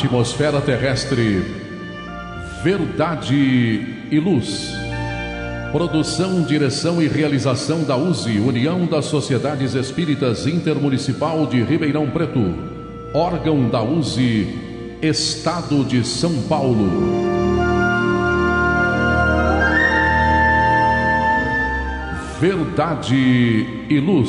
atmosfera terrestre, Verdade e Luz. Produção, direção e realização da USE, União das Sociedades Espíritas Intermunicipal de Ribeirão Preto. Órgão da USE, Estado de São Paulo. Verdade e Luz.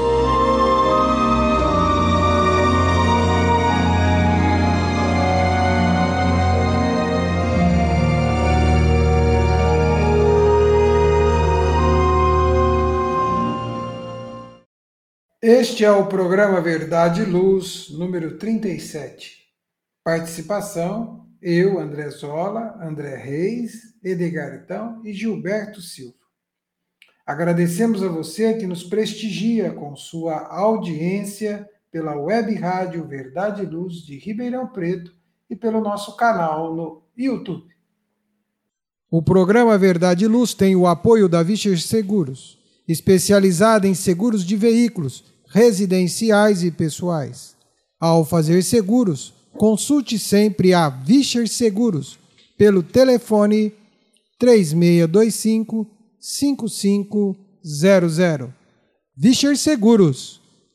Este é o programa Verdade e Luz, número 37. Participação, eu, André Zola, André Reis, Edgartão e Gilberto Silva. Agradecemos a você que nos prestigia com sua audiência pela web rádio Verdade e Luz de Ribeirão Preto e pelo nosso canal no YouTube. O programa Verdade e Luz tem o apoio da Vischer Seguros, especializada em seguros de veículos, residenciais e pessoais. Ao fazer seguros, consulte sempre a Vischer Seguros pelo telefone 3625-5500. Vischer Seguros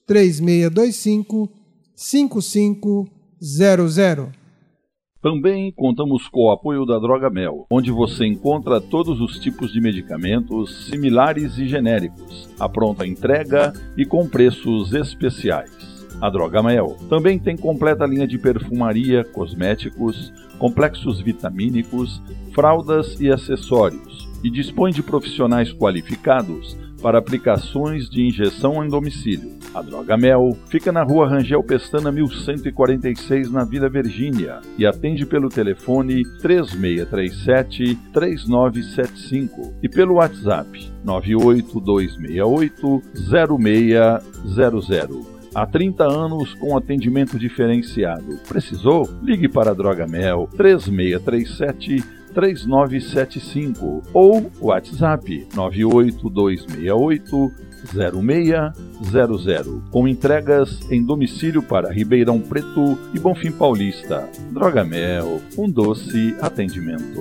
3625-5500. Também contamos com o apoio da Droga Mel, onde você encontra todos os tipos de medicamentos similares e genéricos, à pronta entrega e com preços especiais. A Droga Mel também tem completa linha de perfumaria, cosméticos, complexos vitamínicos, fraldas e acessórios, e dispõe de profissionais qualificados para aplicações de injeção em domicílio. A Droga Mel fica na Rua Rangel Pestana 1146, na Vila Virgínia, e atende pelo telefone 3637-3975 e pelo WhatsApp 98268-0600. Há 30 anos com atendimento diferenciado. Precisou? Ligue para a Droga Mel 3637-3975 ou WhatsApp 98268-0600, com entregas em domicílio para Ribeirão Preto e Bonfim Paulista. Droga Mel, um doce atendimento.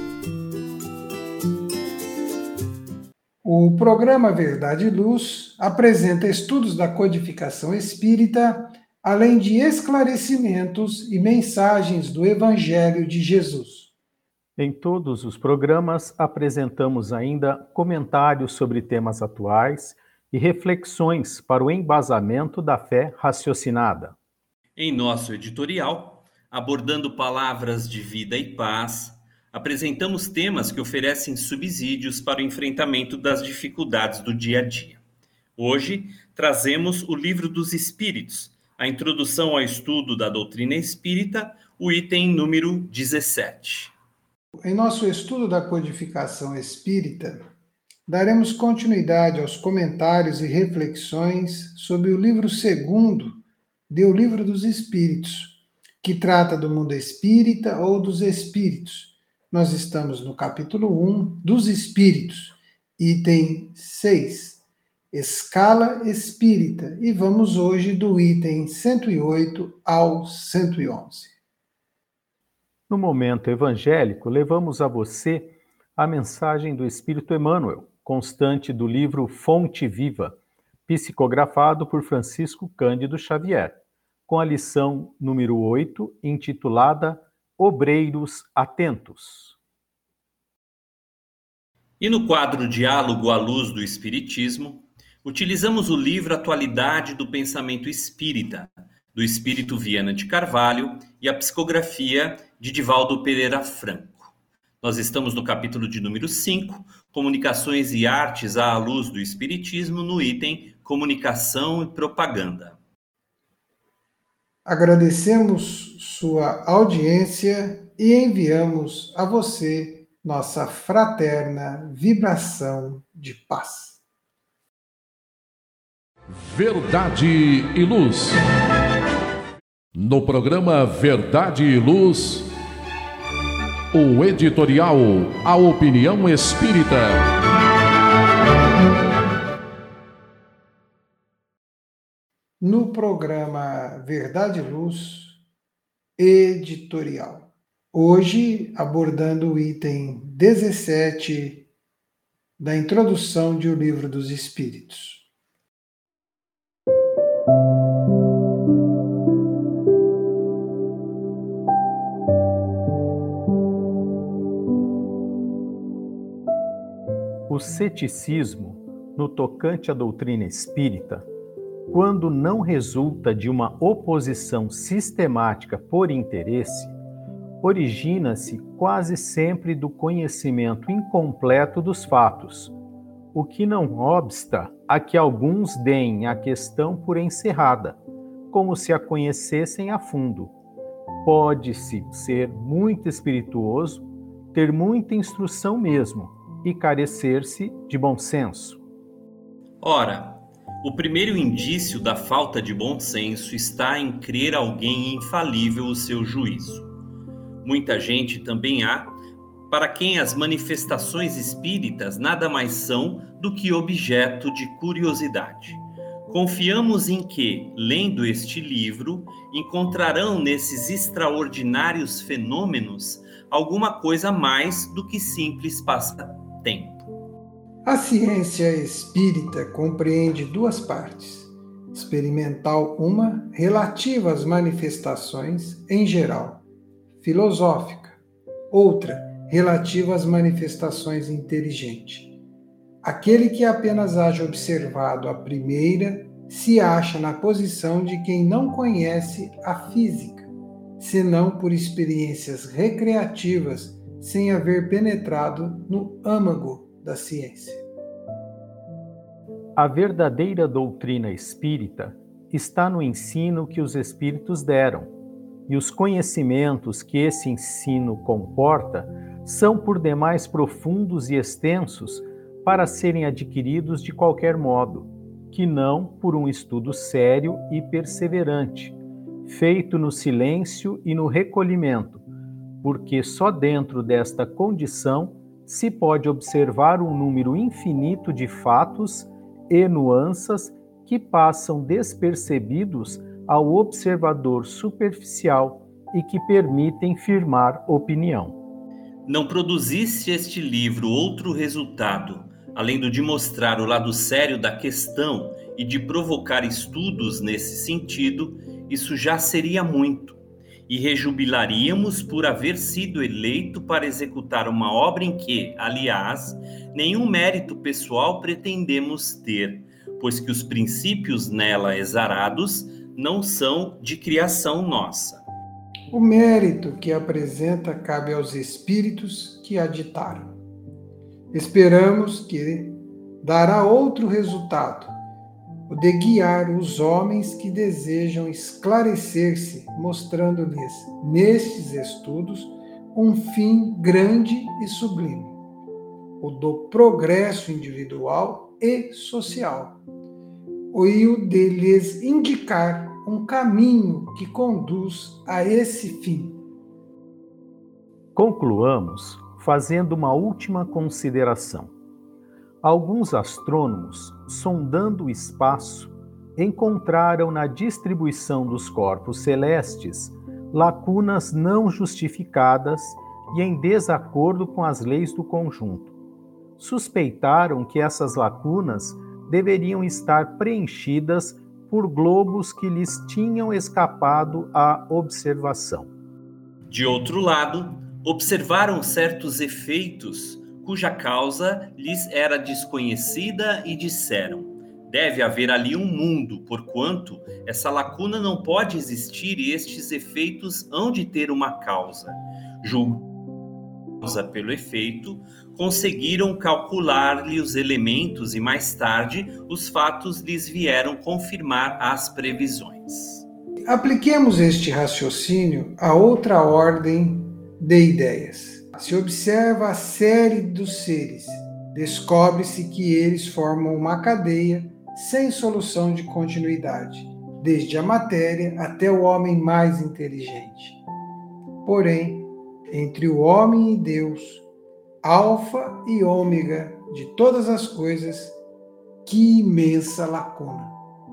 O programa Verdade e Luz apresenta estudos da codificação espírita, além de esclarecimentos e mensagens do Evangelho de Jesus. Em todos os programas, apresentamos ainda comentários sobre temas atuais e reflexões para o embasamento da fé raciocinada. Em nosso editorial, abordando palavras de vida e paz, apresentamos temas que oferecem subsídios para o enfrentamento das dificuldades do dia a dia. Hoje, trazemos o Livro dos Espíritos, a introdução ao estudo da doutrina espírita, o item número 17. Em nosso estudo da codificação espírita, daremos continuidade aos comentários e reflexões sobre o livro segundo do Livro dos Espíritos, que trata do mundo espírita ou dos espíritos. Nós estamos no capítulo 1 dos Espíritos, item 6, Escala Espírita, e vamos hoje do item 108 ao 111. No momento evangélico, levamos a você a mensagem do Espírito Emmanuel, constante do livro Fonte Viva, psicografado por Francisco Cândido Xavier, com a lição número 8, intitulada Obreiros Atentos. E no quadro Diálogo à Luz do Espiritismo, utilizamos o livro Atualidade do Pensamento Espírita, do Espírito Viana de Carvalho, e a psicografia de Divaldo Pereira Franco. Nós estamos no capítulo de número 5, Comunicações e Artes à Luz do Espiritismo, no item Comunicação e Propaganda. Agradecemos sua audiência e enviamos a você nossa fraterna vibração de paz. Verdade e Luz. No programa Verdade e Luz, o editorial A Opinião Espírita. No programa Verdade e Luz, Editorial. Hoje, abordando o item 17 da introdução de O Livro dos Espíritos. O ceticismo, no tocante à doutrina espírita, quando não resulta de uma oposição sistemática por interesse, origina-se quase sempre do conhecimento incompleto dos fatos, o que não obsta a que alguns deem a questão por encerrada, como se a conhecessem a fundo. Pode-se ser muito espirituoso, ter muita instrução mesmo, e carecer-se de bom senso. Ora, o primeiro indício da falta de bom senso está em crer alguém infalível o seu juízo. Muita gente também há para quem as manifestações espíritas nada mais são do que objeto de curiosidade. Confiamos em que, lendo este livro, encontrarão nesses extraordinários fenômenos alguma coisa mais do que simples passatempo. A ciência espírita compreende duas partes: experimental uma, relativa às manifestações em geral, filosófica; outra, relativa às manifestações inteligente. Aquele que apenas haja observado a primeira se acha na posição de quem não conhece a física, senão por experiências recreativas, sem haver penetrado no âmago da ciência. A verdadeira doutrina espírita está no ensino que os espíritos deram, e os conhecimentos que esse ensino comporta são por demais profundos e extensos para serem adquiridos de qualquer modo, que não por um estudo sério e perseverante, feito no silêncio e no recolhimento, porque só dentro desta condição se pode observar um número infinito de fatos e nuances que passam despercebidos ao observador superficial e que permitem firmar opinião. Não produzisse este livro outro resultado, além do de mostrar o lado sério da questão e de provocar estudos nesse sentido, isso já seria muito. E rejubilaríamos por haver sido eleito para executar uma obra em que, aliás, nenhum mérito pessoal pretendemos ter, pois que os princípios nela exarados não são de criação nossa. O mérito que apresenta cabe aos espíritos que a ditaram. Esperamos que dará outro resultado, o de guiar os homens que desejam esclarecer-se, mostrando-lhes, nestes estudos, um fim grande e sublime, o do progresso individual e social, e o de lhes indicar um caminho que conduz a esse fim. Concluamos fazendo uma última consideração. Alguns astrônomos, sondando o espaço, encontraram na distribuição dos corpos celestes lacunas não justificadas e em desacordo com as leis do conjunto. Suspeitaram que essas lacunas deveriam estar preenchidas por globos que lhes tinham escapado à observação. De outro lado, observaram certos efeitos cuja causa lhes era desconhecida e disseram: deve haver ali um mundo, porquanto essa lacuna não pode existir e estes efeitos hão de ter uma causa. Julgados pelo efeito, conseguiram calcular-lhe os elementos e mais tarde os fatos lhes vieram confirmar as previsões. Apliquemos este raciocínio a outra ordem de ideias. Se observa a série dos seres, descobre-se que eles formam uma cadeia sem solução de continuidade, desde a matéria até o homem mais inteligente. Porém, entre o homem e Deus, alfa e ômega de todas as coisas, que imensa lacuna!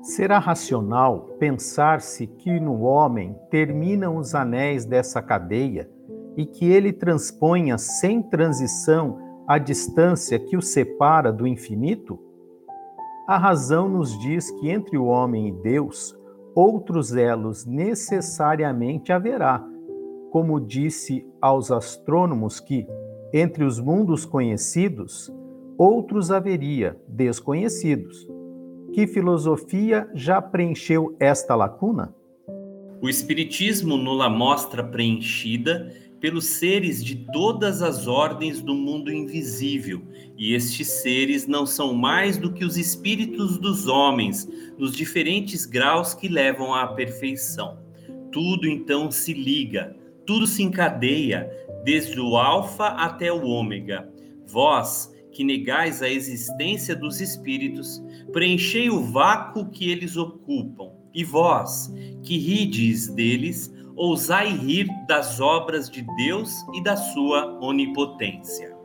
Será racional pensar-se que no homem terminam os anéis dessa cadeia e que ele transponha sem transição a distância que o separa do infinito? A razão nos diz que entre o homem e Deus, outros elos necessariamente haverá, como disse aos astrônomos que, entre os mundos conhecidos, outros haveria, desconhecidos. Que filosofia já preencheu esta lacuna? O Espiritismo nos mostra preenchida pelos seres de todas as ordens do mundo invisível, e estes seres não são mais do que os espíritos dos homens, nos diferentes graus que levam à perfeição. Tudo então se liga, tudo se encadeia, desde o alfa até o ômega. Vós, que negais a existência dos espíritos, preenchei o vácuo que eles ocupam, e vós, que rides deles, ousai rir das obras de Deus e da sua onipotência.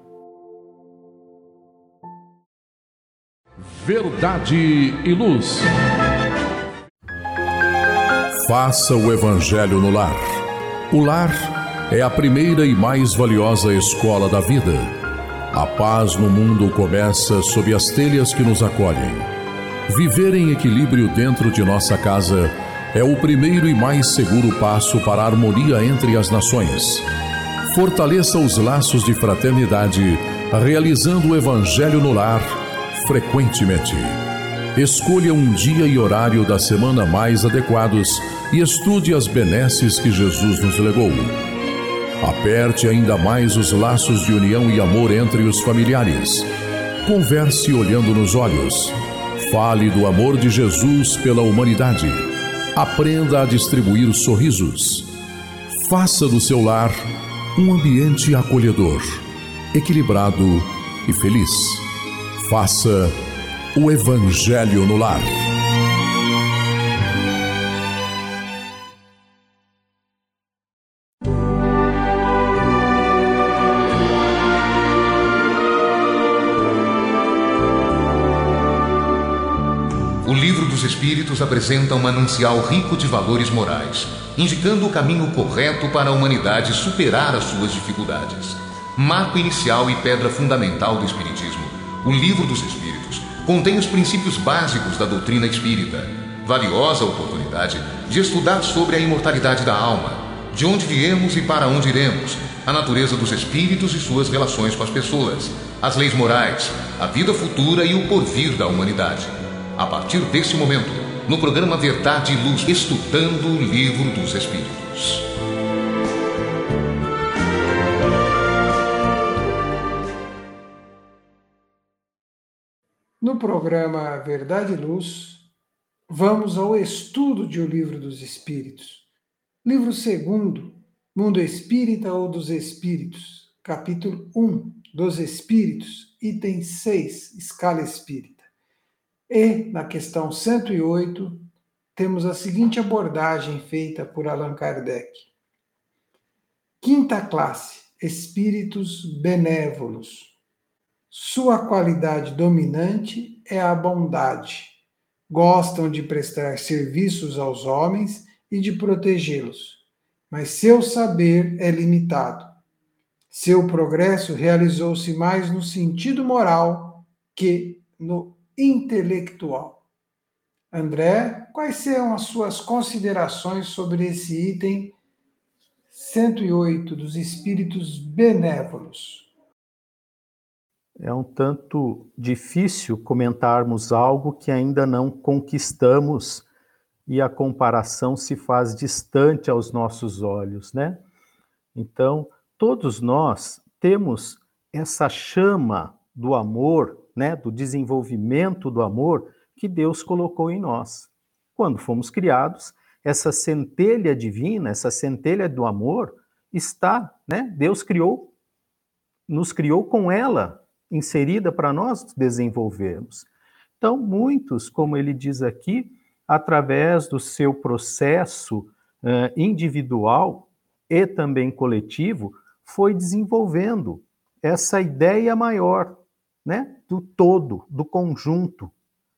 Verdade e Luz. Faça o Evangelho no lar. O lar é a primeira e mais valiosa escola da vida. A paz no mundo começa sob as telhas que nos acolhem. Viver em equilíbrio dentro de nossa casa é o primeiro e mais seguro passo para a harmonia entre as nações. Fortaleça os laços de fraternidade, realizando o Evangelho no lar frequentemente. Escolha um dia e horário da semana mais adequados e estude as benesses que Jesus nos legou. Aperte ainda mais os laços de união e amor entre os familiares. Converse olhando nos olhos. Fale do amor de Jesus pela humanidade. Aprenda a distribuir sorrisos. Faça do seu lar um ambiente acolhedor, equilibrado e feliz. Faça o Evangelho no lar. O Livro dos Espíritos apresenta um manancial rico de valores morais, indicando o caminho correto para a humanidade superar as suas dificuldades. Marco inicial e pedra fundamental do Espiritismo, o Livro dos Espíritos contém os princípios básicos da doutrina espírita, valiosa oportunidade de estudar sobre a imortalidade da alma, de onde viemos e para onde iremos, a natureza dos espíritos e suas relações com as pessoas, as leis morais, a vida futura e o porvir da humanidade. A partir desse momento, no programa Verdade e Luz, estudando o Livro dos Espíritos. No programa Verdade e Luz, vamos ao estudo de O Livro dos Espíritos. Livro 2º, Mundo Espírita ou dos Espíritos, capítulo 1, dos Espíritos, item 6, Escala Espírita. E, na questão 108, temos a seguinte abordagem feita por Allan Kardec. Quinta classe, espíritos benévolos. Sua qualidade dominante é a bondade. Gostam de prestar serviços aos homens e de protegê-los, mas seu saber é limitado. Seu progresso realizou-se mais no sentido moral que no intelectual. André, quais são as suas considerações sobre esse item 108 dos espíritos benévolos? É um tanto difícil comentarmos algo que ainda não conquistamos e a comparação se faz distante aos nossos olhos, né? Então, todos nós temos essa chama do amor, né, do desenvolvimento do amor que Deus colocou em nós. Quando fomos criados, essa centelha divina, essa centelha do amor está, né? Deus nos criou com ela inserida para nós desenvolvermos. Então, muitos, como ele diz aqui, através do seu processo individual e também coletivo, foi desenvolvendo essa ideia maior, né, do todo, do conjunto,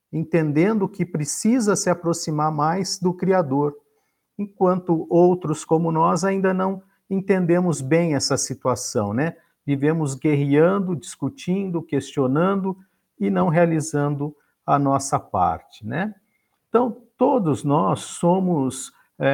entendendo que precisa se aproximar mais do Criador, enquanto outros como nós ainda não entendemos bem essa situação, né? Vivemos guerreando, discutindo, questionando e não realizando a nossa parte, né? Então, todos nós somos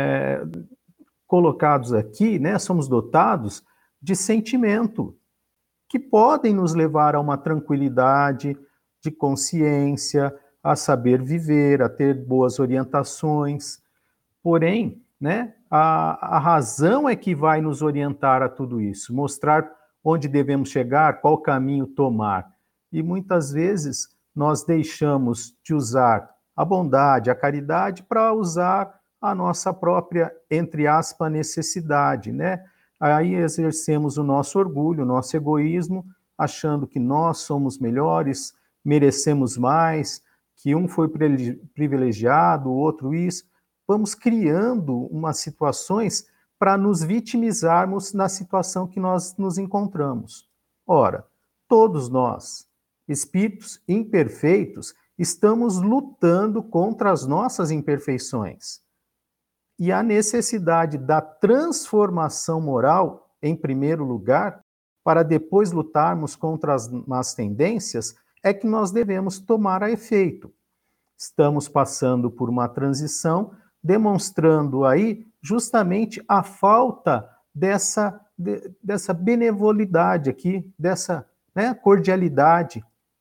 colocados aqui, né? Somos dotados de sentimento que podem nos levar a uma tranquilidade de consciência, a saber viver, a ter boas orientações. Porém, né, a razão é que vai nos orientar a tudo isso, mostrar onde devemos chegar, qual caminho tomar. E muitas vezes nós deixamos de usar a bondade, a caridade, para usar a nossa própria, entre aspas, necessidade, né? Aí exercemos o nosso orgulho, o nosso egoísmo, achando que nós somos melhores, merecemos mais, que um foi privilegiado, o outro isso. Vamos criando umas situações para nos vitimizarmos na situação que nós nos encontramos. Ora, todos nós, espíritos imperfeitos, estamos lutando contra as nossas imperfeições. E a necessidade da transformação moral, em primeiro lugar, para depois lutarmos contra as más tendências, é que nós devemos tomar a efeito. Estamos passando por uma transição, demonstrando aí justamente a falta dessa benevolidade aqui, dessa, né, cordialidade.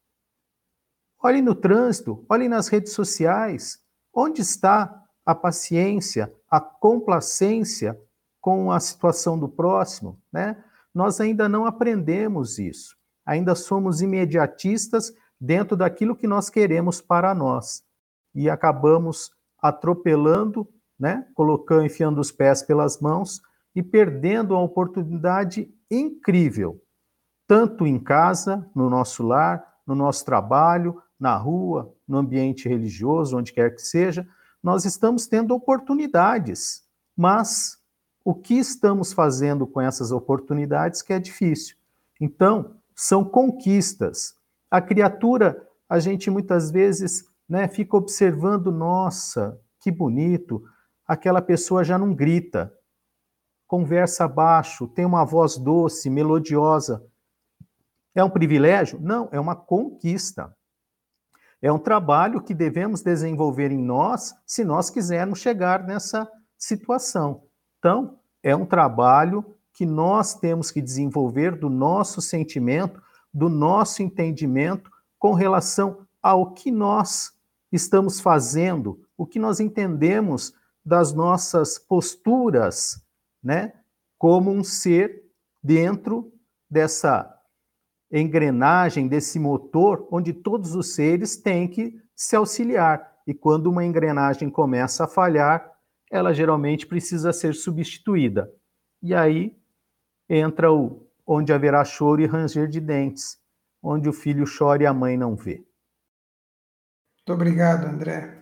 Olhem no trânsito, olhem nas redes sociais, onde está a paciência, a complacência com a situação do próximo, né? Nós ainda não aprendemos isso. Ainda somos imediatistas dentro daquilo que nós queremos para nós. E acabamos atropelando, né? Colocando, enfiando os pés pelas mãos e perdendo uma oportunidade incrível, tanto em casa, no nosso lar, no nosso trabalho, na rua, no ambiente religioso, onde quer que seja. Nós estamos tendo oportunidades, mas o que estamos fazendo com essas oportunidades que é difícil. Então, são conquistas. A criatura, a gente muitas vezes, né, fica observando, nossa, que bonito, aquela pessoa já não grita, conversa baixo, tem uma voz doce, melodiosa. É um privilégio? Não, é uma conquista. É um trabalho que devemos desenvolver em nós, se nós quisermos chegar nessa situação. Então, é um trabalho que nós temos que desenvolver do nosso sentimento, do nosso entendimento com relação ao que nós estamos fazendo, o que nós entendemos das nossas posturas, né, como um ser dentro dessa engrenagem, desse motor, onde todos os seres têm que se auxiliar. E quando uma engrenagem começa a falhar, ela geralmente precisa ser substituída. E aí entra onde haverá choro e ranger de dentes, onde o filho chora e a mãe não vê. Muito obrigado, André.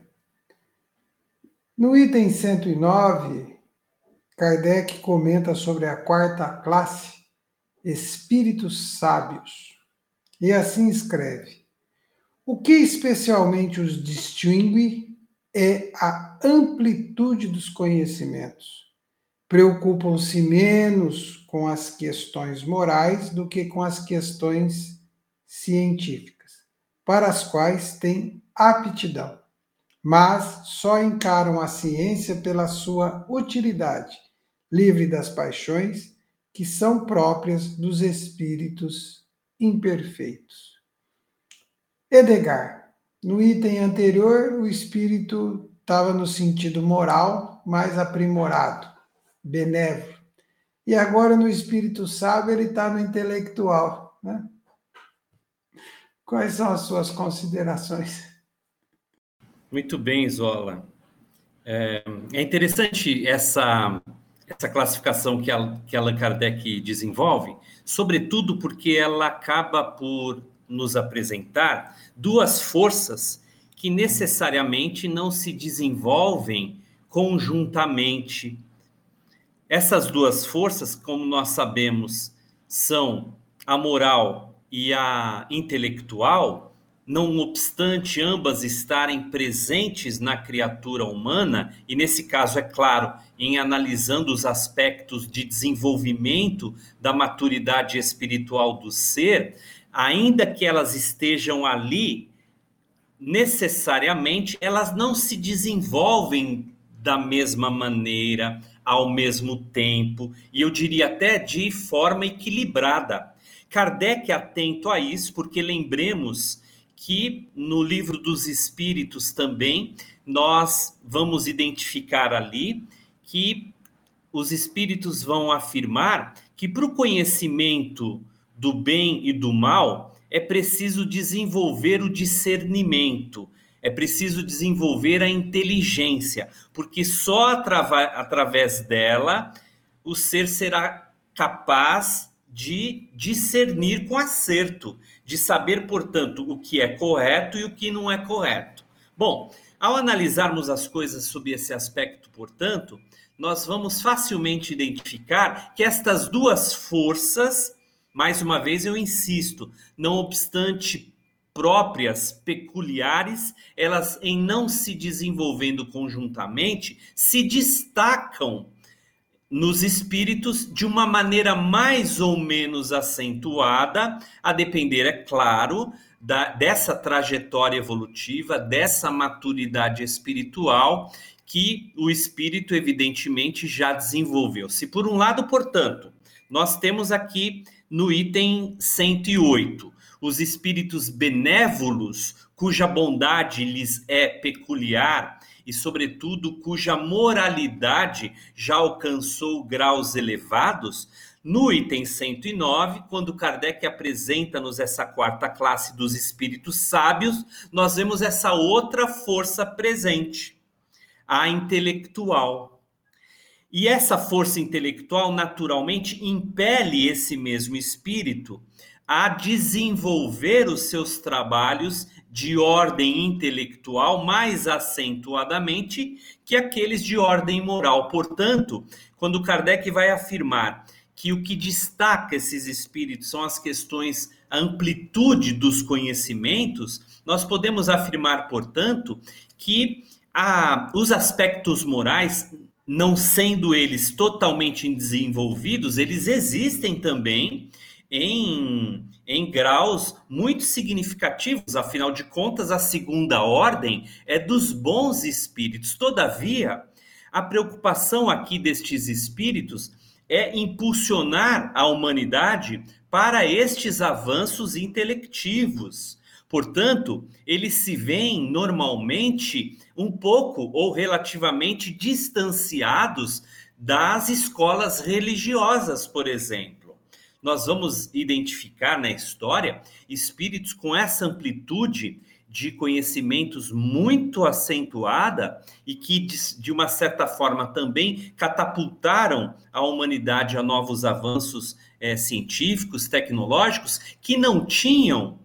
No item 109, Kardec comenta sobre a quarta classe, espíritos sábios, e assim escreve: o que especialmente os distingue é a amplitude dos conhecimentos. Preocupam-se menos com as questões morais do que com as questões científicas, para as quais têm aptidão, mas só encaram a ciência pela sua utilidade, livre das paixões que são próprias dos espíritos imperfeitos. Edgar, no item anterior, o espírito estava no sentido moral mais aprimorado, benévolo. E agora, no espírito sábio, ele está no intelectual, né? Quais são as suas considerações? Muito bem, Zola. É interessante essa classificação que Allan Kardec desenvolve, sobretudo porque ela acaba por nos apresentar duas forças que necessariamente não se desenvolvem conjuntamente. Essas duas forças, como nós sabemos, são a moral e a intelectual, não obstante ambas estarem presentes na criatura humana, e nesse caso, é claro, em analisando os aspectos de desenvolvimento da maturidade espiritual do ser, ainda que elas estejam ali, necessariamente elas não se desenvolvem da mesma maneira, ao mesmo tempo, e eu diria até de forma equilibrada. Kardec é atento a isso, porque lembremos que no Livro dos Espíritos também nós vamos identificar ali que os espíritos vão afirmar que para o conhecimento do bem e do mal é preciso desenvolver o discernimento, é preciso desenvolver a inteligência, porque só através dela o ser será capaz de discernir com acerto, de saber, portanto, o que é correto e o que não é correto. Bom, ao analisarmos as coisas sob esse aspecto, portanto, nós vamos facilmente identificar que estas duas forças, mais uma vez eu insisto, não obstante próprias, peculiares, elas em não se desenvolvendo conjuntamente, se destacam nos espíritos de uma maneira mais ou menos acentuada, a depender, é claro, dessa trajetória evolutiva, dessa maturidade espiritual que o espírito evidentemente já desenvolveu. Se por um lado, portanto, nós temos aqui no item 108, os espíritos benévolos, cuja bondade lhes é peculiar, e, sobretudo, cuja moralidade já alcançou graus elevados, no item 109, quando Kardec apresenta-nos essa quarta classe dos espíritos sábios, nós vemos essa outra força presente, a intelectual. E essa força intelectual, naturalmente, impele esse mesmo espírito a desenvolver os seus trabalhos de ordem intelectual mais acentuadamente que aqueles de ordem moral. Portanto, quando Kardec vai afirmar que o que destaca esses espíritos são as questões, a amplitude dos conhecimentos, nós podemos afirmar, portanto, que os aspectos morais, não sendo eles totalmente desenvolvidos, eles existem também em graus muito significativos. Afinal de contas, a segunda ordem é dos bons espíritos. Todavia, a preocupação aqui destes espíritos é impulsionar a humanidade para estes avanços intelectivos. Portanto, eles se veem normalmente um pouco ou relativamente distanciados das escolas religiosas, por exemplo. Nós vamos identificar na história espíritos com essa amplitude de conhecimentos muito acentuada e que, de uma certa forma, também catapultaram a humanidade a novos avanços científicos, tecnológicos, que não tinham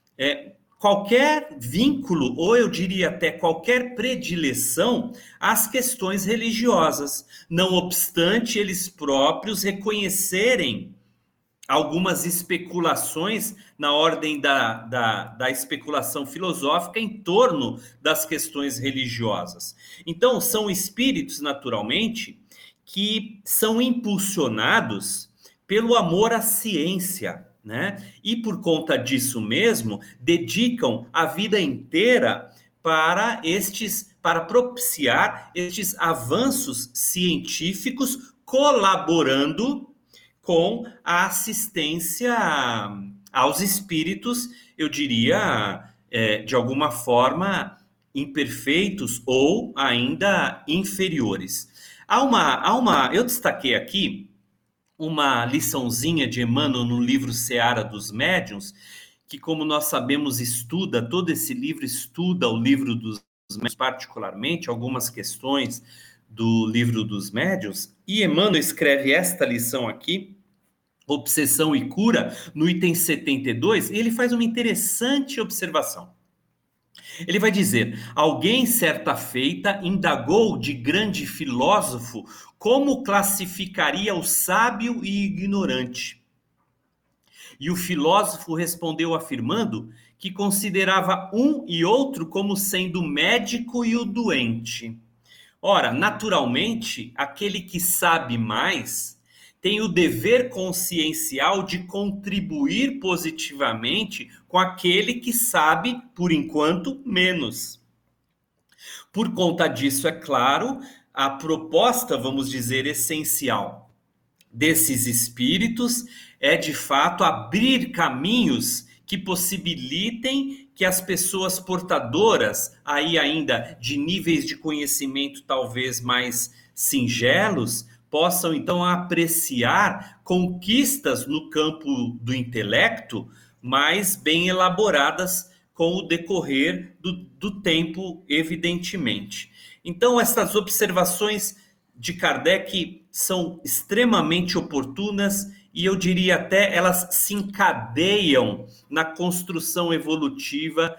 qualquer vínculo, ou eu diria até qualquer predileção às questões religiosas, não obstante eles próprios reconhecerem algumas especulações na ordem da especulação filosófica em torno das questões religiosas. Então, são espíritos, naturalmente, que são impulsionados pelo amor à ciência, né? E por conta disso mesmo, dedicam a vida inteira para propiciar estes avanços científicos, colaborando com a assistência aos espíritos, eu diria, de alguma forma, imperfeitos ou ainda inferiores. Eu destaquei aqui uma liçãozinha de Emmanuel no livro Seara dos Médiuns, que, como nós sabemos, todo esse livro estuda o livro dos médiuns, particularmente algumas questões do livro dos médiuns, e Emmanuel escreve esta lição aqui, Obsessão e Cura, no item 72, e ele faz uma interessante observação. Ele vai dizer: alguém certa feita indagou de grande filósofo como classificaria o sábio e ignorante. E o filósofo respondeu afirmando que considerava um e outro como sendo o médico e o doente. Ora, naturalmente, aquele que sabe mais tem o dever consciencial de contribuir positivamente com aquele que sabe, por enquanto, menos. Por conta disso, é claro, a proposta, vamos dizer, essencial desses espíritos é, de fato, abrir caminhos que possibilitem que as pessoas portadoras, aí ainda de níveis de conhecimento talvez mais singelos, possam então apreciar conquistas no campo do intelecto mais bem elaboradas com o decorrer do tempo, evidentemente. Então, essas observações de Kardec são extremamente oportunas e eu diria até elas se encadeiam na construção evolutiva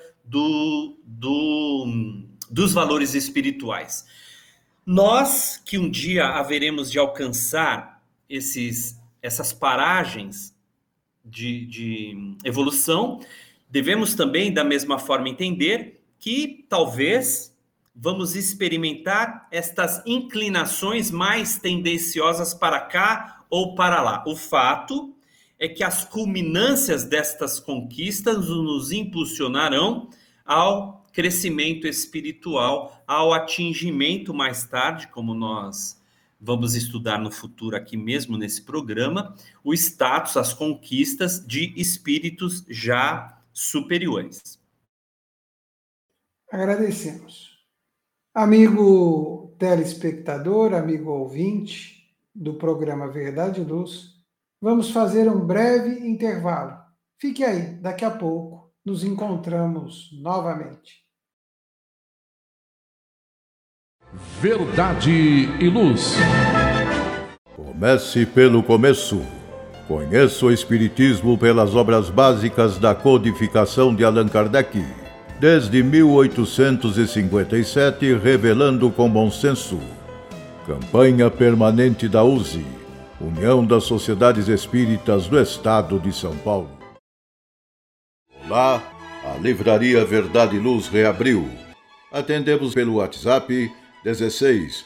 dos valores espirituais. Nós, que um dia haveremos de alcançar essas paragens de evolução, devemos também, da mesma forma, entender que talvez vamos experimentar estas inclinações mais tendenciosas para cá ou para lá. O fato é que as culminâncias destas conquistas nos impulsionarão ao crescimento espiritual, ao atingimento mais tarde, como nós vamos estudar no futuro aqui mesmo nesse programa, o status, as conquistas de espíritos já superiores. Agradecemos. Amigo telespectador, amigo ouvinte do programa Verdade e Luz, vamos fazer um breve intervalo. Fique aí, daqui a pouco nos encontramos novamente. Verdade e Luz. Comece pelo começo. Conheça o Espiritismo pelas obras básicas da codificação de Allan Kardec. Desde 1857, revelando com bom senso. Campanha permanente da USE, União das Sociedades Espíritas do Estado de São Paulo. Olá, a Livraria Verdade e Luz reabriu. Atendemos pelo WhatsApp 16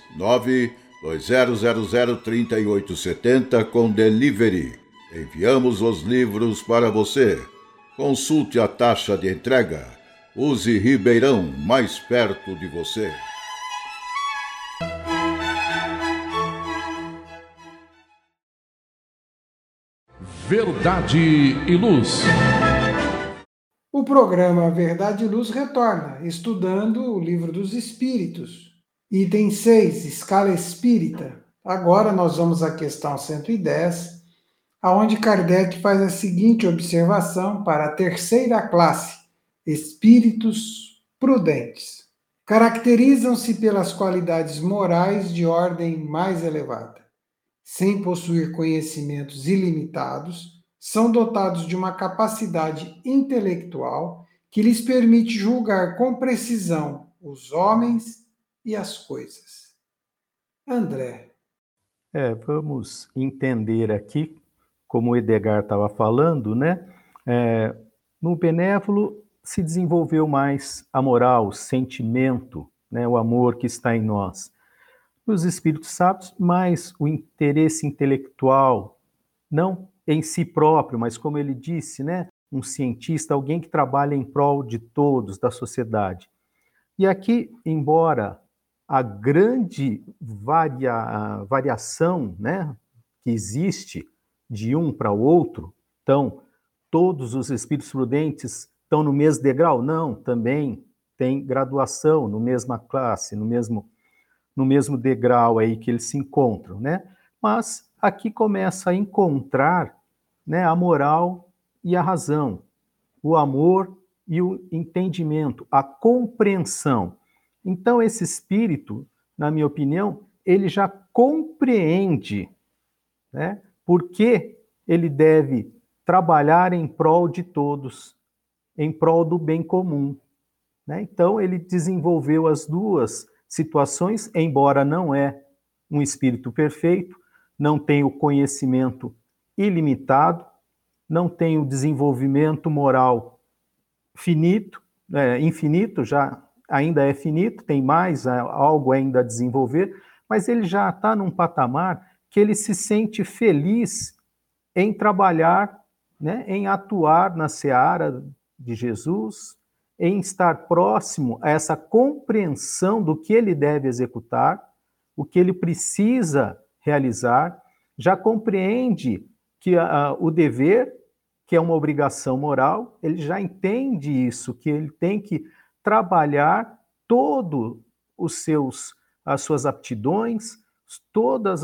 920003870 com delivery. Enviamos os livros para você. Consulte a taxa de entrega. Use Ribeirão, mais perto de você. Verdade e Luz. O programa Verdade e Luz retorna, estudando o Livro dos Espíritos. Item 6, Escala Espírita. Agora nós vamos à questão 110, aonde Kardec faz a seguinte observação para a terceira classe, espíritos prudentes. Caracterizam-se pelas qualidades morais de ordem mais elevada. Sem possuir conhecimentos ilimitados, são dotados de uma capacidade intelectual que lhes permite julgar com precisão os homens e as coisas. André. Vamos entender aqui, como o Edgar estava falando, né? No benévolo se desenvolveu mais a moral, o sentimento, né? O amor que está em nós. Nos espíritos sábios, mais o interesse intelectual, não em si próprio, mas como ele disse, né? Um cientista, alguém que trabalha em prol de todos, da sociedade. E aqui, embora a grande variação, né, que existe de um para o outro, então, todos os espíritos prudentes estão no mesmo degrau? Não, também tem graduação no mesma classe, no mesmo degrau aí que eles se encontram, né? Mas aqui começa a encontrar, né, a moral e a razão, o amor e o entendimento, a compreensão. Então, esse espírito, na minha opinião, ele já compreende, né, por que ele deve trabalhar em prol de todos, em prol do bem comum, né? Então, ele desenvolveu as duas situações, embora não é um espírito perfeito, não tem o conhecimento ilimitado, não tem o desenvolvimento moral infinito, já ainda é finito, tem mais algo ainda a desenvolver, mas ele já está num patamar que ele se sente feliz em trabalhar, né, em atuar na seara de Jesus, em estar próximo a essa compreensão do que ele deve executar, o que ele precisa realizar, já compreende que o dever, que é uma obrigação moral, ele já entende isso, que ele tem que trabalhar todo as suas aptidões, todas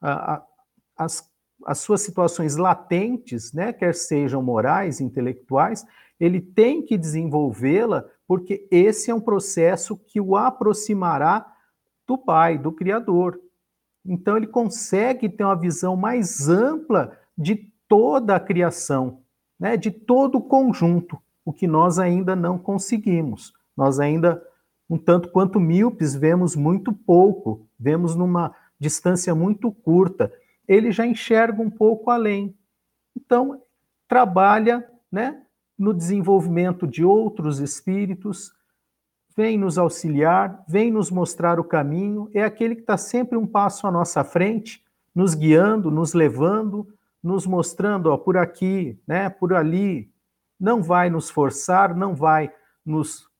as suas situações latentes, né, quer sejam morais, intelectuais, ele tem que desenvolvê-la, porque esse é um processo que o aproximará do Pai, do Criador. Então ele consegue ter uma visão mais ampla de toda a criação, né, de todo o conjunto, o que nós ainda não conseguimos. Nós ainda, um tanto quanto míopes, vemos muito pouco, vemos numa distância muito curta. Ele já enxerga um pouco além. Então, trabalha, né, no desenvolvimento de outros espíritos, vem nos auxiliar, vem nos mostrar o caminho, é aquele que está sempre um passo à nossa frente, nos guiando, nos levando, nos mostrando, ó, por aqui, né, por ali, não vai nos forçar, não vai nos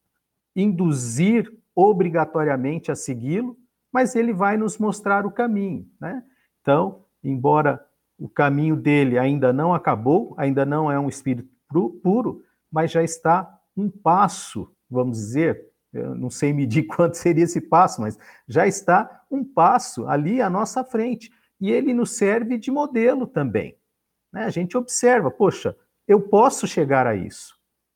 induzir obrigatoriamente a segui-lo, mas ele vai nos mostrar o caminho, né? Então, embora o caminho dele ainda não acabou, ainda não é um espírito puro, mas já está um passo, vamos dizer, eu não sei medir quanto seria esse passo, mas já está um passo ali à nossa frente. E ele nos serve de modelo também, né? A gente observa, poxa, eu posso chegar a isso,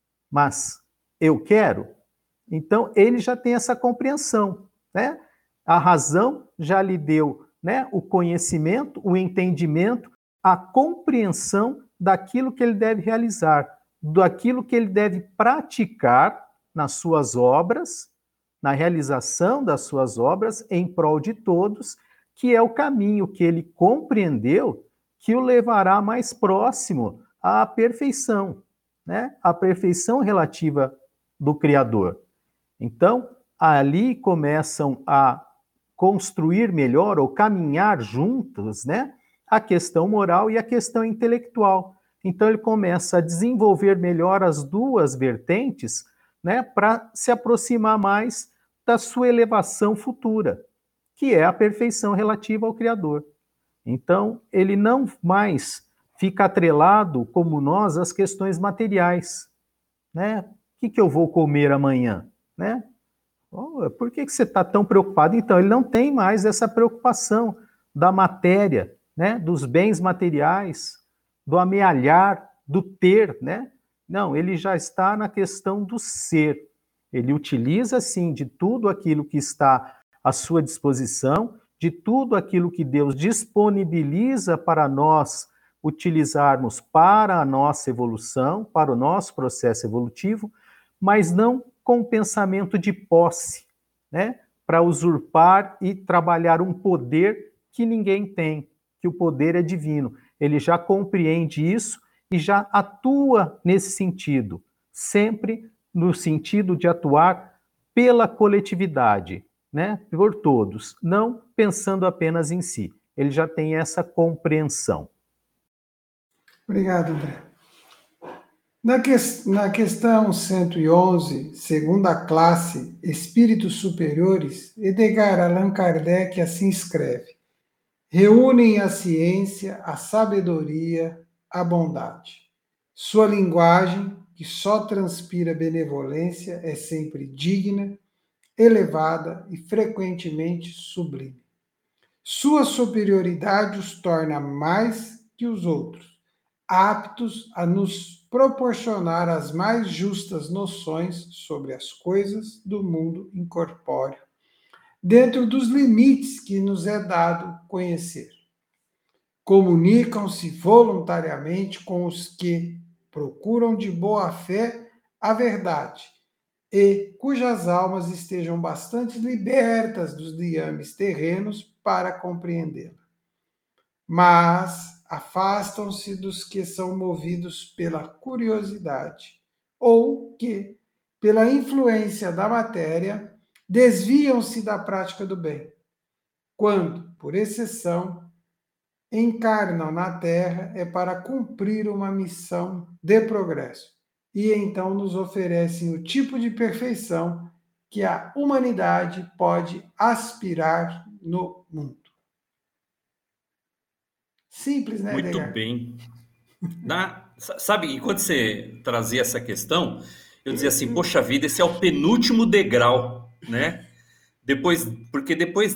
mas eu quero? Então, ele já tem essa compreensão, né? A razão já lhe deu, né, o conhecimento, o entendimento, a compreensão daquilo que ele deve realizar, daquilo que ele deve praticar nas suas obras, na realização das suas obras em prol de todos, que é o caminho que ele compreendeu que o levará mais próximo à perfeição, né? A perfeição relativa do Criador. Então, ali começam a construir melhor ou caminhar juntos, né, a questão moral e a questão intelectual. Então ele começa a desenvolver melhor as duas vertentes, né, para se aproximar mais da sua elevação futura, que é a perfeição relativa ao Criador. Então ele não mais fica atrelado, como nós, às questões materiais, né? O que eu vou comer amanhã, né? Por que você está tão preocupado? Então, ele não tem mais essa preocupação da matéria, né? Dos bens materiais, do amealhar, do ter, né? Não, ele já está na questão do ser. Ele utiliza, sim, de tudo aquilo que está à sua disposição, de tudo aquilo que Deus disponibiliza para nós utilizarmos para a nossa evolução, para o nosso processo evolutivo, mas não com pensamento de posse, né? Para usurpar e trabalhar um poder que ninguém tem, que o poder é divino. Ele já compreende isso e já atua nesse sentido, sempre no sentido de atuar pela coletividade, né? Por todos, não pensando apenas em si. Ele já tem essa compreensão. Obrigado, André. Na questão 111, segunda classe, Espíritos Superiores, Edgar Allan Kardec assim escreve: reúnem a ciência, a sabedoria, a bondade. Sua linguagem, que só transpira benevolência, é sempre digna, elevada e frequentemente sublime. Sua superioridade os torna mais que os outros, aptos a nos proporcionar as mais justas noções sobre as coisas do mundo incorpóreo, dentro dos limites que nos é dado conhecer. Comunicam-se voluntariamente com os que procuram de boa fé a verdade e cujas almas estejam bastante libertas dos liames terrenos para compreendê-la. Mas afastam-se dos que são movidos pela curiosidade, ou que, pela influência da matéria, desviam-se da prática do bem, quando, por exceção, encarnam na Terra é para cumprir uma missão de progresso, e então nos oferecem o tipo de perfeição que a humanidade pode aspirar no mundo. Simples, né, Muito Edgar? bem. Sabe, enquanto você trazia essa questão, eu dizia assim, poxa vida, esse é o penúltimo degrau, né? Porque depois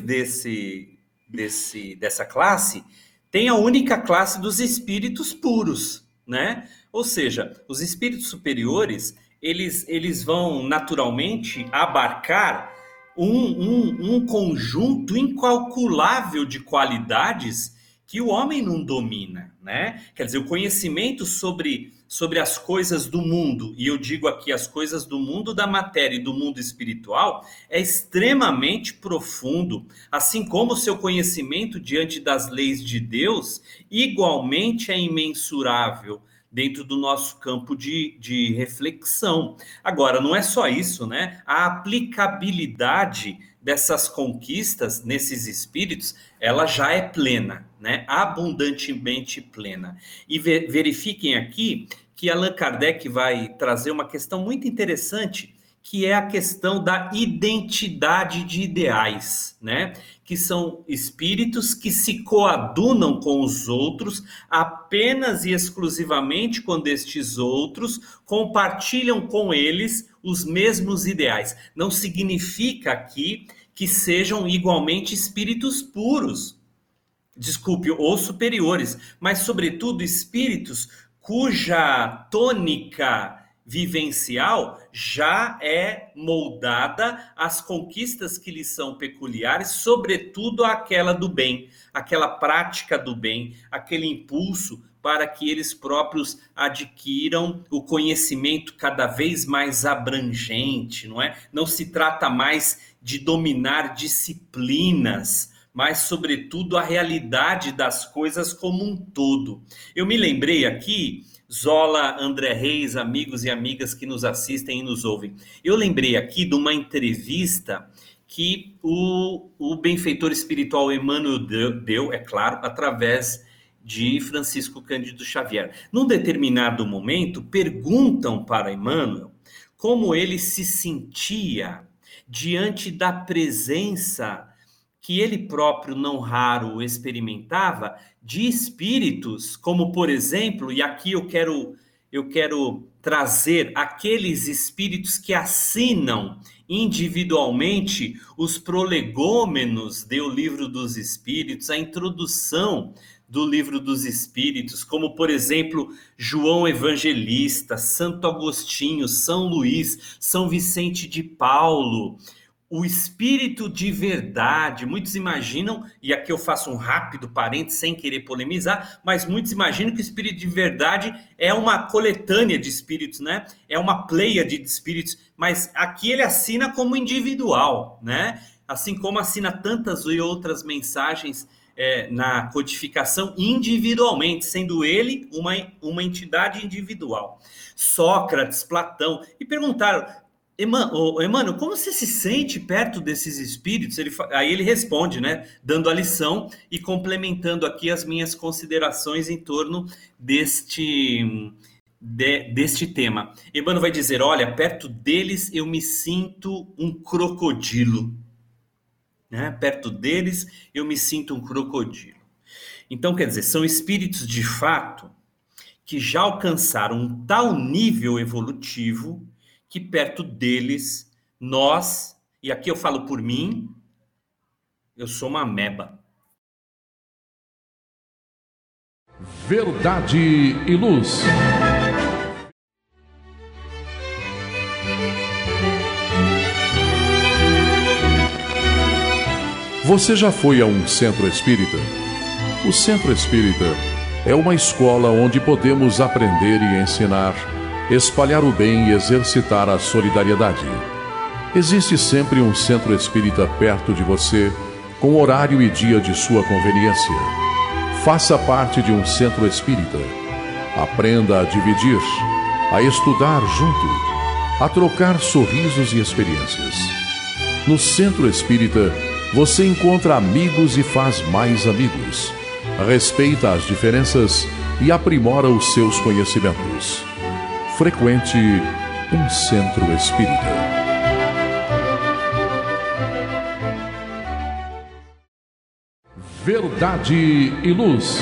dessa classe, tem a única classe dos espíritos puros, né? Ou seja, os espíritos superiores, eles vão naturalmente abarcar um conjunto incalculável de qualidades que o homem não domina, né? Quer dizer, o conhecimento sobre as coisas do mundo, e eu digo aqui as coisas do mundo da matéria e do mundo espiritual, é extremamente profundo, assim como o seu conhecimento diante das leis de Deus, igualmente é imensurável dentro do nosso campo de reflexão. Agora, não é só isso, né? A aplicabilidade dessas conquistas nesses espíritos, ela já é plena, né? Abundantemente plena. E verifiquem aqui que Allan Kardec vai trazer uma questão muito interessante, que é a questão da identidade de ideais, né? Que são espíritos que se coadunam com os outros apenas e exclusivamente quando estes outros compartilham com eles os mesmos ideais. Não significa aqui que sejam igualmente espíritos puros, ou superiores, mas sobretudo espíritos cuja tônica vivencial já é moldada às conquistas que lhes são peculiares, sobretudo aquela do bem, aquela prática do bem, aquele impulso para que eles próprios adquiram o conhecimento cada vez mais abrangente, não é? Não se trata mais de dominar disciplinas, mas, sobretudo, a realidade das coisas como um todo. Eu me lembrei aqui, Zola, André Reis, amigos e amigas que nos assistem e nos ouvem, eu lembrei aqui de uma entrevista que o benfeitor espiritual Emmanuel deu, é claro, através de Francisco Cândido Xavier. Num determinado momento, perguntam para Emmanuel como ele se sentia diante da presença que ele próprio não raro experimentava, de espíritos, como por exemplo, e aqui eu quero trazer aqueles espíritos que assinam individualmente os prolegômenos do Livro dos Espíritos, a introdução do Livro dos Espíritos, como por exemplo, João Evangelista, Santo Agostinho, São Luís, São Vicente de Paulo. O espírito de verdade, muitos imaginam, e aqui eu faço um rápido parênteses sem querer polemizar, mas muitos imaginam que o espírito de verdade é uma coletânea de espíritos, né? É uma pleiade de espíritos, mas aqui ele assina como individual, né? Assim como assina tantas e outras mensagens na codificação individualmente, sendo ele uma entidade individual. Sócrates, Platão, e perguntaram... Emmanuel, como você se sente perto desses espíritos? Aí ele responde, né, dando a lição e complementando aqui as minhas considerações em torno deste tema. Emmanuel vai dizer, olha, perto deles eu me sinto um crocodilo. Né? Perto deles eu me sinto um crocodilo. Então, quer dizer, são espíritos de fato que já alcançaram um tal nível evolutivo que perto deles, nós, e aqui eu falo por mim, eu sou uma ameba. Verdade e Luz. Você já foi a um centro espírita? O centro espírita é uma escola onde podemos aprender e ensinar, espalhar o bem e exercitar a solidariedade. Existe sempre um centro espírita perto de você, com horário e dia de sua conveniência. Faça parte de um centro espírita. Aprenda a dividir, a estudar junto, a trocar sorrisos e experiências. No centro espírita, você encontra amigos e faz mais amigos. Respeita as diferenças e aprimora os seus conhecimentos. Frequente um centro espírita. Verdade e Luz.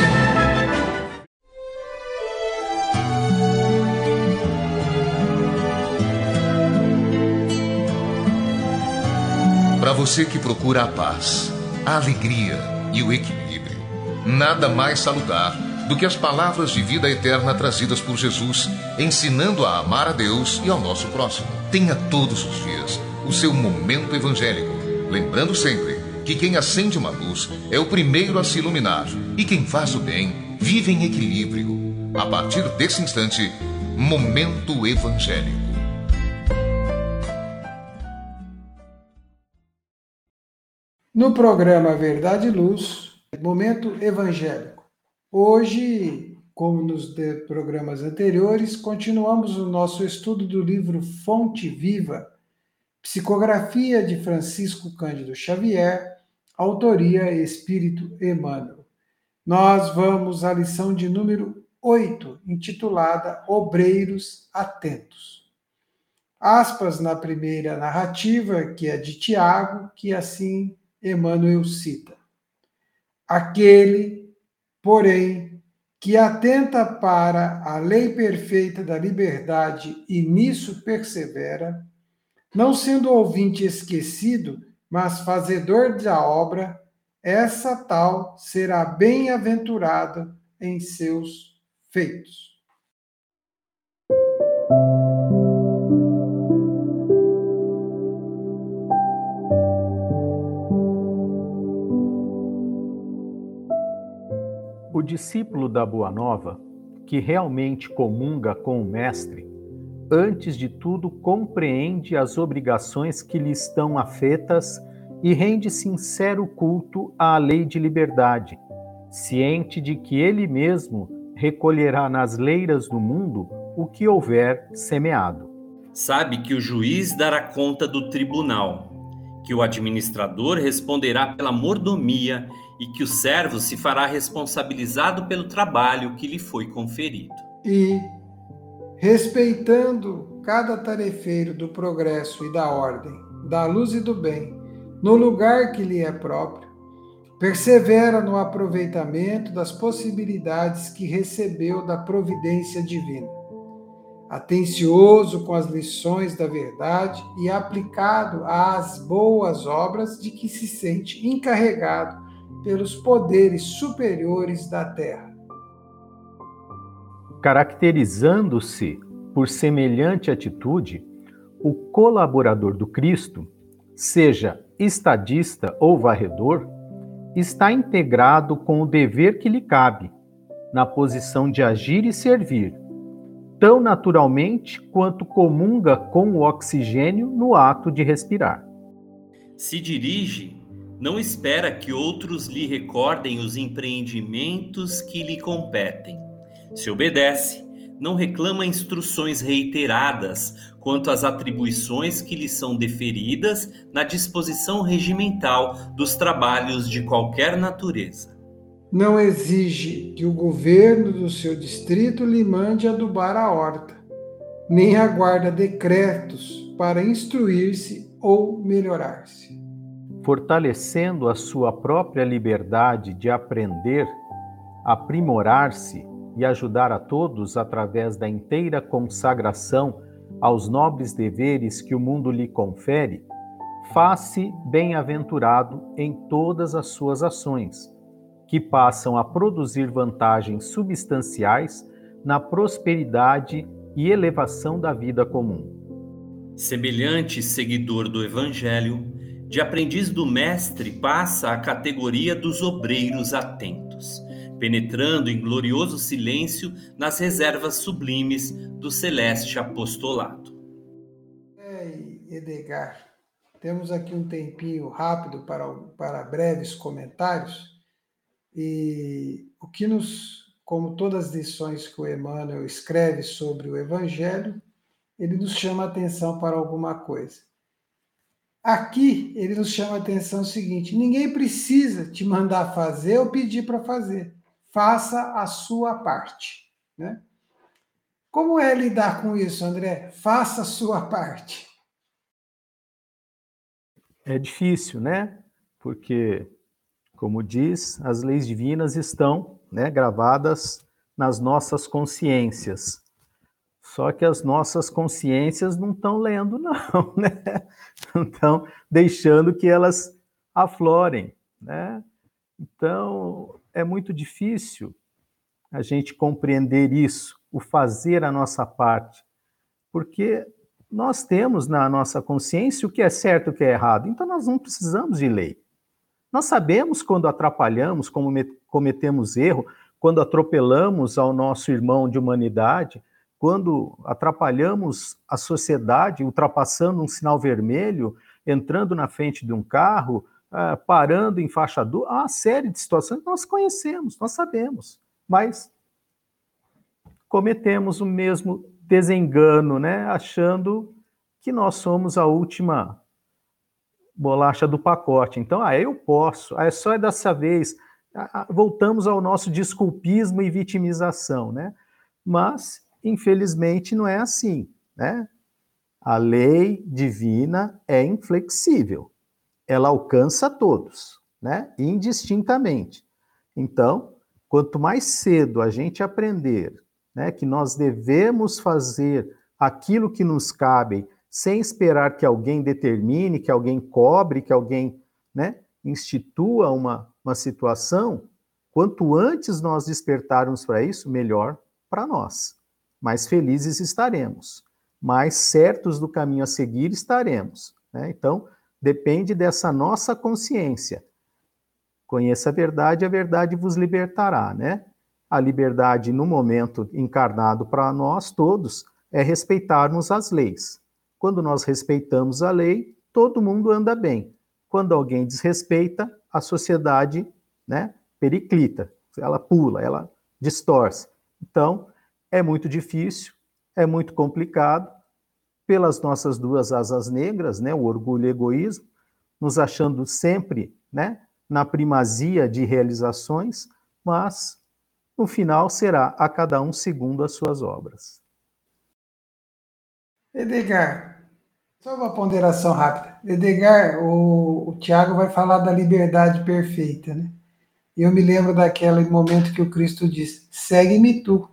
Para você que procura a paz, a alegria e o equilíbrio, nada mais salutar do que as palavras de vida eterna trazidas por Jesus, ensinando a amar a Deus e ao nosso próximo. Tenha todos os dias o seu momento evangélico, lembrando sempre que quem acende uma luz é o primeiro a se iluminar e quem faz o bem vive em equilíbrio. A partir desse instante, Momento Evangélico. No programa Verdade e Luz, Momento Evangélico. Hoje, como nos programas anteriores, continuamos o nosso estudo do livro Fonte Viva, psicografia de Francisco Cândido Xavier, autoria Espírito Emmanuel. Nós vamos à lição de número 8, intitulada Obreiros Atentos. Aspas na primeira narrativa, que é de Tiago, que assim Emmanuel cita. Aquele, porém, que atenta para a lei perfeita da liberdade e nisso persevera, não sendo ouvinte esquecido, mas fazedor da obra, essa tal será bem-aventurado em seus feitos. O discípulo da Boa Nova, que realmente comunga com o Mestre, antes de tudo compreende as obrigações que lhe estão afetas e rende sincero culto à lei de liberdade, ciente de que ele mesmo recolherá nas leiras do mundo o que houver semeado. Sabe que o juiz dará conta do tribunal, que o administrador responderá pela mordomia e que o servo se fará responsabilizado pelo trabalho que lhe foi conferido. E, respeitando cada tarefeiro do progresso e da ordem, da luz e do bem, no lugar que lhe é próprio, persevera no aproveitamento das possibilidades que recebeu da providência divina, atencioso com as lições da verdade e aplicado às boas obras de que se sente encarregado pelos poderes superiores da terra. Caracterizando-se por semelhante atitude, o colaborador do Cristo, seja estadista ou varredor, está integrado com o dever que lhe cabe, na posição de agir e servir, tão naturalmente quanto comunga com o oxigênio no ato de respirar. Se dirige, não espera que outros lhe recordem os empreendimentos que lhe competem. Se obedece, não reclama instruções reiteradas quanto às atribuições que lhe são deferidas na disposição regimental dos trabalhos de qualquer natureza. Não exige que o governo do seu distrito lhe mande adubar a horta, nem aguarda decretos para instruir-se ou melhorar-se. Fortalecendo a sua própria liberdade de aprender, aprimorar-se e ajudar a todos através da inteira consagração aos nobres deveres que o mundo lhe confere, faz-se bem-aventurado em todas as suas ações, que passam a produzir vantagens substanciais na prosperidade e elevação da vida comum. Semelhante seguidor do Evangelho, de aprendiz do Mestre passa à categoria dos obreiros atentos, penetrando em glorioso silêncio nas reservas sublimes do celeste apostolado. Edgar, temos aqui um tempinho rápido para breves comentários. E como todas as lições que o Emmanuel escreve sobre o Evangelho, ele nos chama a atenção para alguma coisa. Aqui, ele nos chama a atenção o seguinte: ninguém precisa te mandar fazer ou pedir para fazer. Faça a sua parte, né? Como é lidar com isso, André? Faça a sua parte. É difícil, né? Porque, como diz, as leis divinas estão, né, gravadas nas nossas consciências. Só que as nossas consciências não estão lendo, não, né? Não estão deixando que elas aflorem, né? Então, é muito difícil a gente compreender isso, o fazer a nossa parte, porque nós temos na nossa consciência o que é certo e o que é errado, então nós não precisamos de lei. Nós sabemos quando atrapalhamos, como cometemos erro, quando atropelamos ao nosso irmão de humanidade, quando atrapalhamos a sociedade, ultrapassando um sinal vermelho, entrando na frente de um carro, parando em faixa dupla, há uma série de situações que nós conhecemos, nós sabemos, mas cometemos o mesmo desengano, né? Achando que nós somos a última bolacha do pacote. Então, eu posso, só dessa vez. Voltamos ao nosso desculpismo e vitimização, né? Mas, infelizmente, não é assim, né? A lei divina é inflexível. Ela alcança todos, né? Indistintamente. Então, quanto mais cedo a gente aprender, né, que nós devemos fazer aquilo que nos cabe, sem esperar que alguém determine, que alguém cobre, que alguém, né, institua uma situação, quanto antes nós despertarmos para isso, melhor para nós. Mais felizes estaremos, mais certos do caminho a seguir estaremos, né? Então, depende dessa nossa consciência. Conheça a verdade vos libertará, né? A liberdade no momento encarnado para nós todos é respeitarmos as leis. Quando nós respeitamos a lei, todo mundo anda bem. Quando alguém desrespeita, a sociedade, né, periclita, ela pula, ela distorce. Então, é muito difícil, é muito complicado, pelas nossas duas asas negras, né, o orgulho e o egoísmo, nos achando sempre, né, na primazia de realizações, mas no final será a cada um segundo as suas obras. Edgar, só uma ponderação rápida. Edgar, o Tiago vai falar da liberdade perfeita, né? E eu me lembro daquele momento que o Cristo disse: segue-me tu.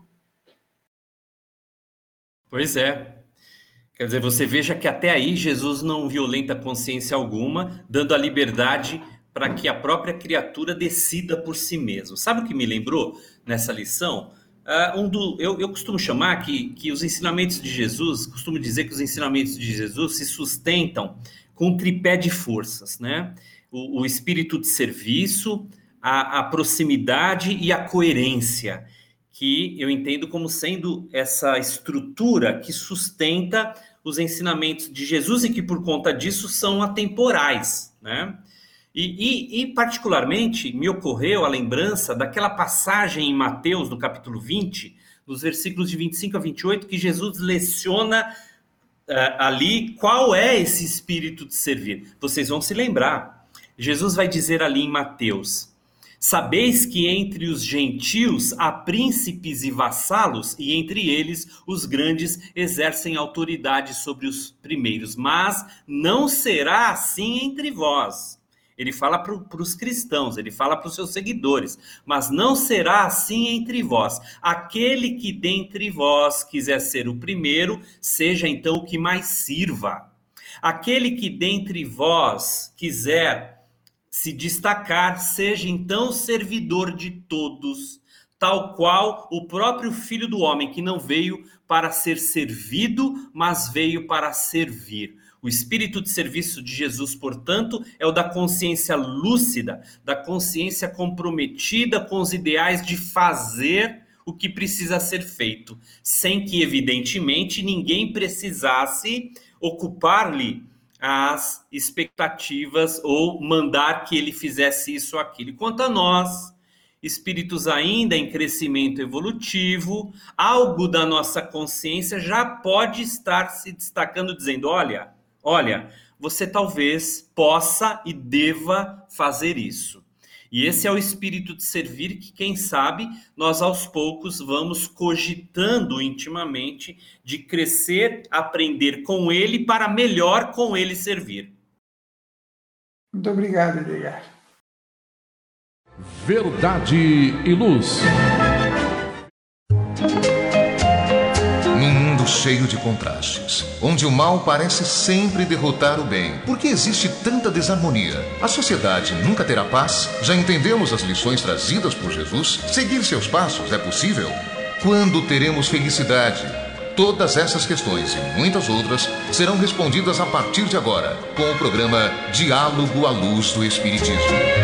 Pois é. Quer dizer, você veja que até aí Jesus não violenta consciência alguma, dando a liberdade para que a própria criatura decida por si mesmo. Sabe o que me lembrou nessa lição? Eu costumo chamar que os ensinamentos de Jesus, costumo dizer que os ensinamentos de Jesus se sustentam com um tripé de forças, né? O espírito de serviço, a proximidade e a coerência, que eu entendo como sendo essa estrutura que sustenta os ensinamentos de Jesus e que, por conta disso, são atemporais, né? E particularmente, me ocorreu a lembrança daquela passagem em Mateus, no capítulo 20, nos versículos de 25 a 28, que Jesus leciona ali qual é esse espírito de servir. Vocês vão se lembrar. Jesus vai dizer ali em Mateus: sabeis que entre os gentios há príncipes e vassalos, e entre eles os grandes exercem autoridade sobre os primeiros, mas não será assim entre vós. Ele fala para os cristãos, ele fala para os seus seguidores, mas não será assim entre vós. Aquele que dentre vós quiser ser o primeiro, seja então o que mais sirva. Aquele que dentre vós quiser se destacar, seja então servidor de todos, tal qual o próprio Filho do Homem, que não veio para ser servido, mas veio para servir. O espírito de serviço de Jesus, portanto, é o da consciência lúcida, da consciência comprometida com os ideais de fazer o que precisa ser feito, sem que, evidentemente, ninguém precisasse ocupar-lhe as expectativas ou mandar que ele fizesse isso ou aquilo. E quanto a nós, espíritos ainda em crescimento evolutivo, algo da nossa consciência já pode estar se destacando, dizendo: olha, você talvez possa e deva fazer isso. E esse é o espírito de servir que, quem sabe, nós aos poucos vamos cogitando intimamente de crescer, aprender com ele para melhor com ele servir. Muito obrigado, Edgar. Verdade e Luz. Num mundo cheio de contrastes, onde o mal parece sempre derrotar o bem, por que existe tanta desarmonia? A sociedade nunca terá paz? Já entendemos as lições trazidas por Jesus? Seguir seus passos é possível? Quando teremos felicidade? Todas essas questões e muitas outras serão respondidas a partir de agora, com o programa Diálogo à Luz do Espiritismo.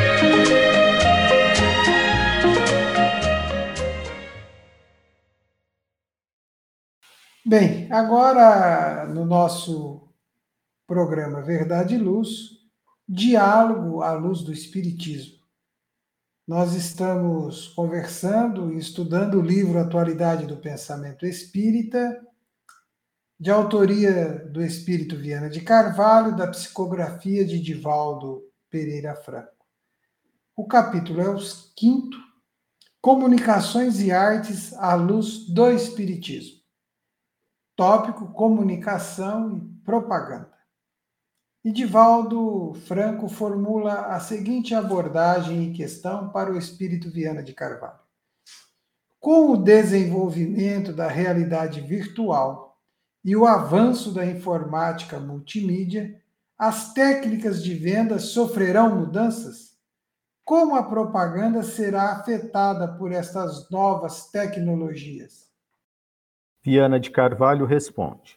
Bem, agora no nosso programa Verdade e Luz, Diálogo à Luz do Espiritismo. Nós estamos conversando e estudando o livro Atualidade do Pensamento Espírita, de autoria do Espírito Viana de Carvalho, da psicografia de Divaldo Pereira Franco. O capítulo é o 5º, Comunicações e Artes à Luz do Espiritismo. Tópico: comunicação e propaganda. E Divaldo Franco formula a seguinte abordagem e questão para o Espírito Viana de Carvalho. Com o desenvolvimento da realidade virtual e o avanço da informática multimídia, as técnicas de venda sofrerão mudanças? Como a propaganda será afetada por estas novas tecnologias? Viana de Carvalho responde: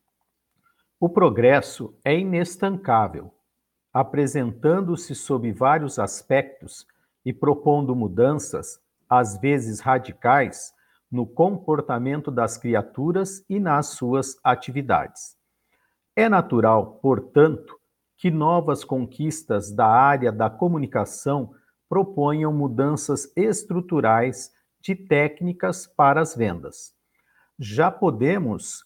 o progresso é inestancável, apresentando-se sob vários aspectos e propondo mudanças, às vezes radicais, no comportamento das criaturas e nas suas atividades. É natural, portanto, que novas conquistas da área da comunicação proponham mudanças estruturais de técnicas para as vendas. Já podemos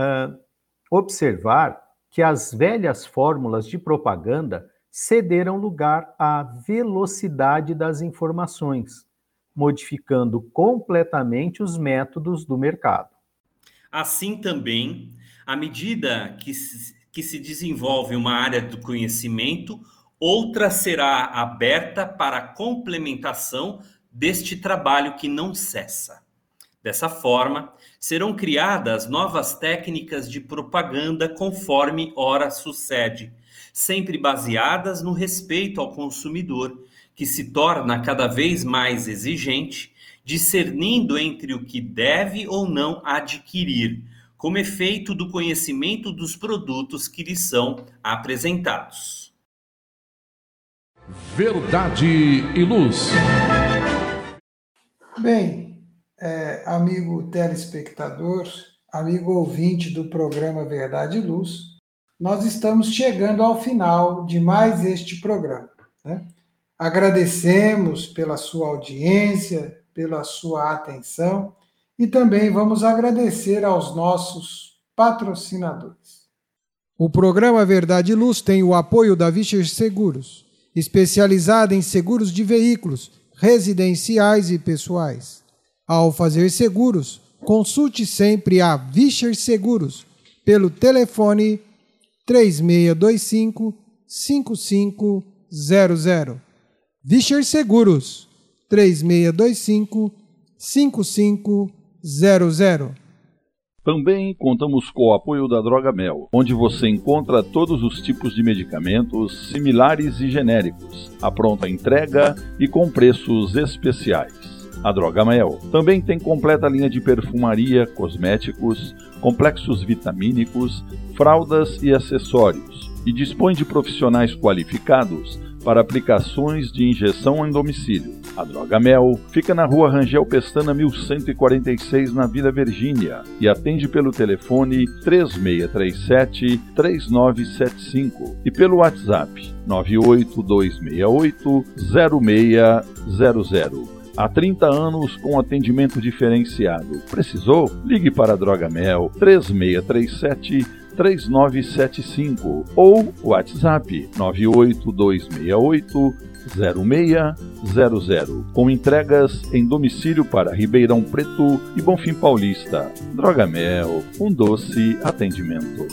observar que as velhas fórmulas de propaganda cederam lugar à velocidade das informações, modificando completamente os métodos do mercado. Assim também, à medida que se desenvolve uma área do conhecimento, outra será aberta para a complementação deste trabalho que não cessa. Dessa forma, serão criadas novas técnicas de propaganda conforme ora sucede, sempre baseadas no respeito ao consumidor, que se torna cada vez mais exigente, discernindo entre o que deve ou não adquirir, como efeito do conhecimento dos produtos que lhe são apresentados. Verdade e Luz. Bem, amigo telespectador, amigo ouvinte do programa Verdade e Luz, nós estamos chegando ao final de mais este programa, né? Agradecemos pela sua audiência, pela sua atenção e também vamos agradecer aos nossos patrocinadores. O programa Verdade e Luz tem o apoio da Vischer Seguros, especializada em seguros de veículos, residenciais e pessoais. Ao fazer seguros, consulte sempre a Vischer Seguros pelo telefone 3625-5500. Vischer Seguros, 3625-5500. Também contamos com o apoio da Droga Mel, onde você encontra todos os tipos de medicamentos similares e genéricos, à pronta entrega e com preços especiais. A Droga Mel também tem completa linha de perfumaria, cosméticos, complexos vitamínicos, fraldas e acessórios, e dispõe de profissionais qualificados para aplicações de injeção em domicílio. A Droga Mel fica na Rua Rangel Pestana 1146, na Vila Virgínia, e atende pelo telefone 3637-3975 e pelo WhatsApp 98268-0600. Há 30 anos com atendimento diferenciado. Precisou? Ligue para a Drogamel 3637-3975 ou WhatsApp 98268-0600, com entregas em domicílio para Ribeirão Preto e Bonfim Paulista. Drogamel, um doce atendimento.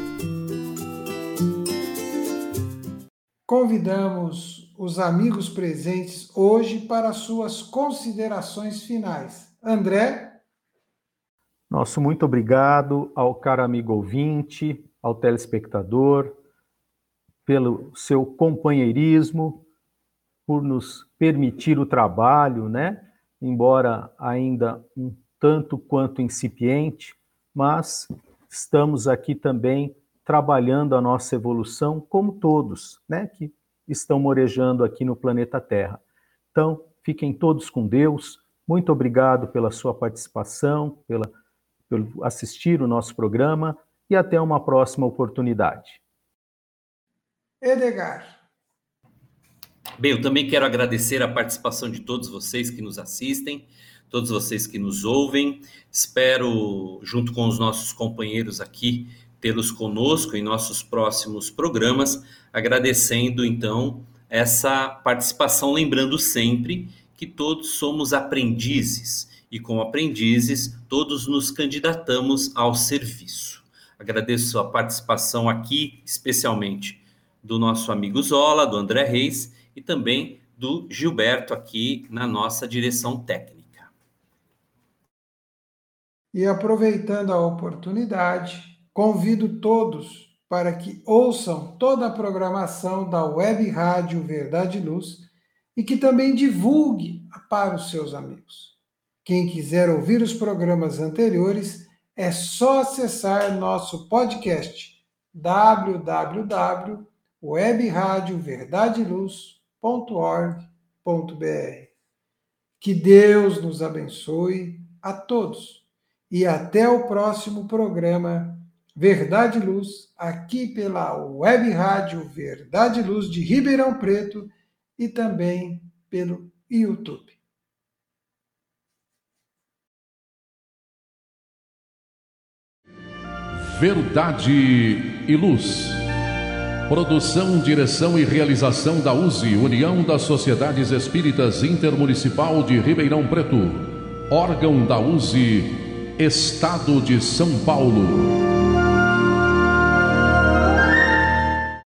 Convidamos os amigos presentes hoje para suas considerações finais. André? Nosso muito obrigado ao caro amigo ouvinte, ao telespectador, pelo seu companheirismo, por nos permitir o trabalho, né? Embora ainda um tanto quanto incipiente, mas estamos aqui também trabalhando a nossa evolução como todos, né? Que estão morejando aqui no planeta Terra. Então, fiquem todos com Deus. Muito obrigado pela sua participação, pelo assistir o nosso programa e até uma próxima oportunidade. Edgar. Bem, eu também quero agradecer a participação de todos vocês que nos assistem, todos vocês que nos ouvem. Espero, junto com os nossos companheiros aqui, tê-los conosco em nossos próximos programas, agradecendo, então, essa participação, lembrando sempre que todos somos aprendizes e, como aprendizes, todos nos candidatamos ao serviço. Agradeço a participação aqui, especialmente, do nosso amigo Zola, do André Reis e também do Gilberto aqui na nossa direção técnica. E aproveitando a oportunidade, convido todos para que ouçam toda a programação da Web Rádio Verdade e Luz e que também divulgue para os seus amigos. Quem quiser ouvir os programas anteriores, é só acessar nosso podcast www.webradioverdadeluz.org.br. Que Deus nos abençoe a todos e até o próximo programa Verdade e Luz, aqui pela Web Rádio Verdade e Luz de Ribeirão Preto e também pelo YouTube. Verdade e Luz. Produção, direção e realização da USE, União das Sociedades Espíritas Intermunicipal de Ribeirão Preto. Órgão da USE, Estado de São Paulo.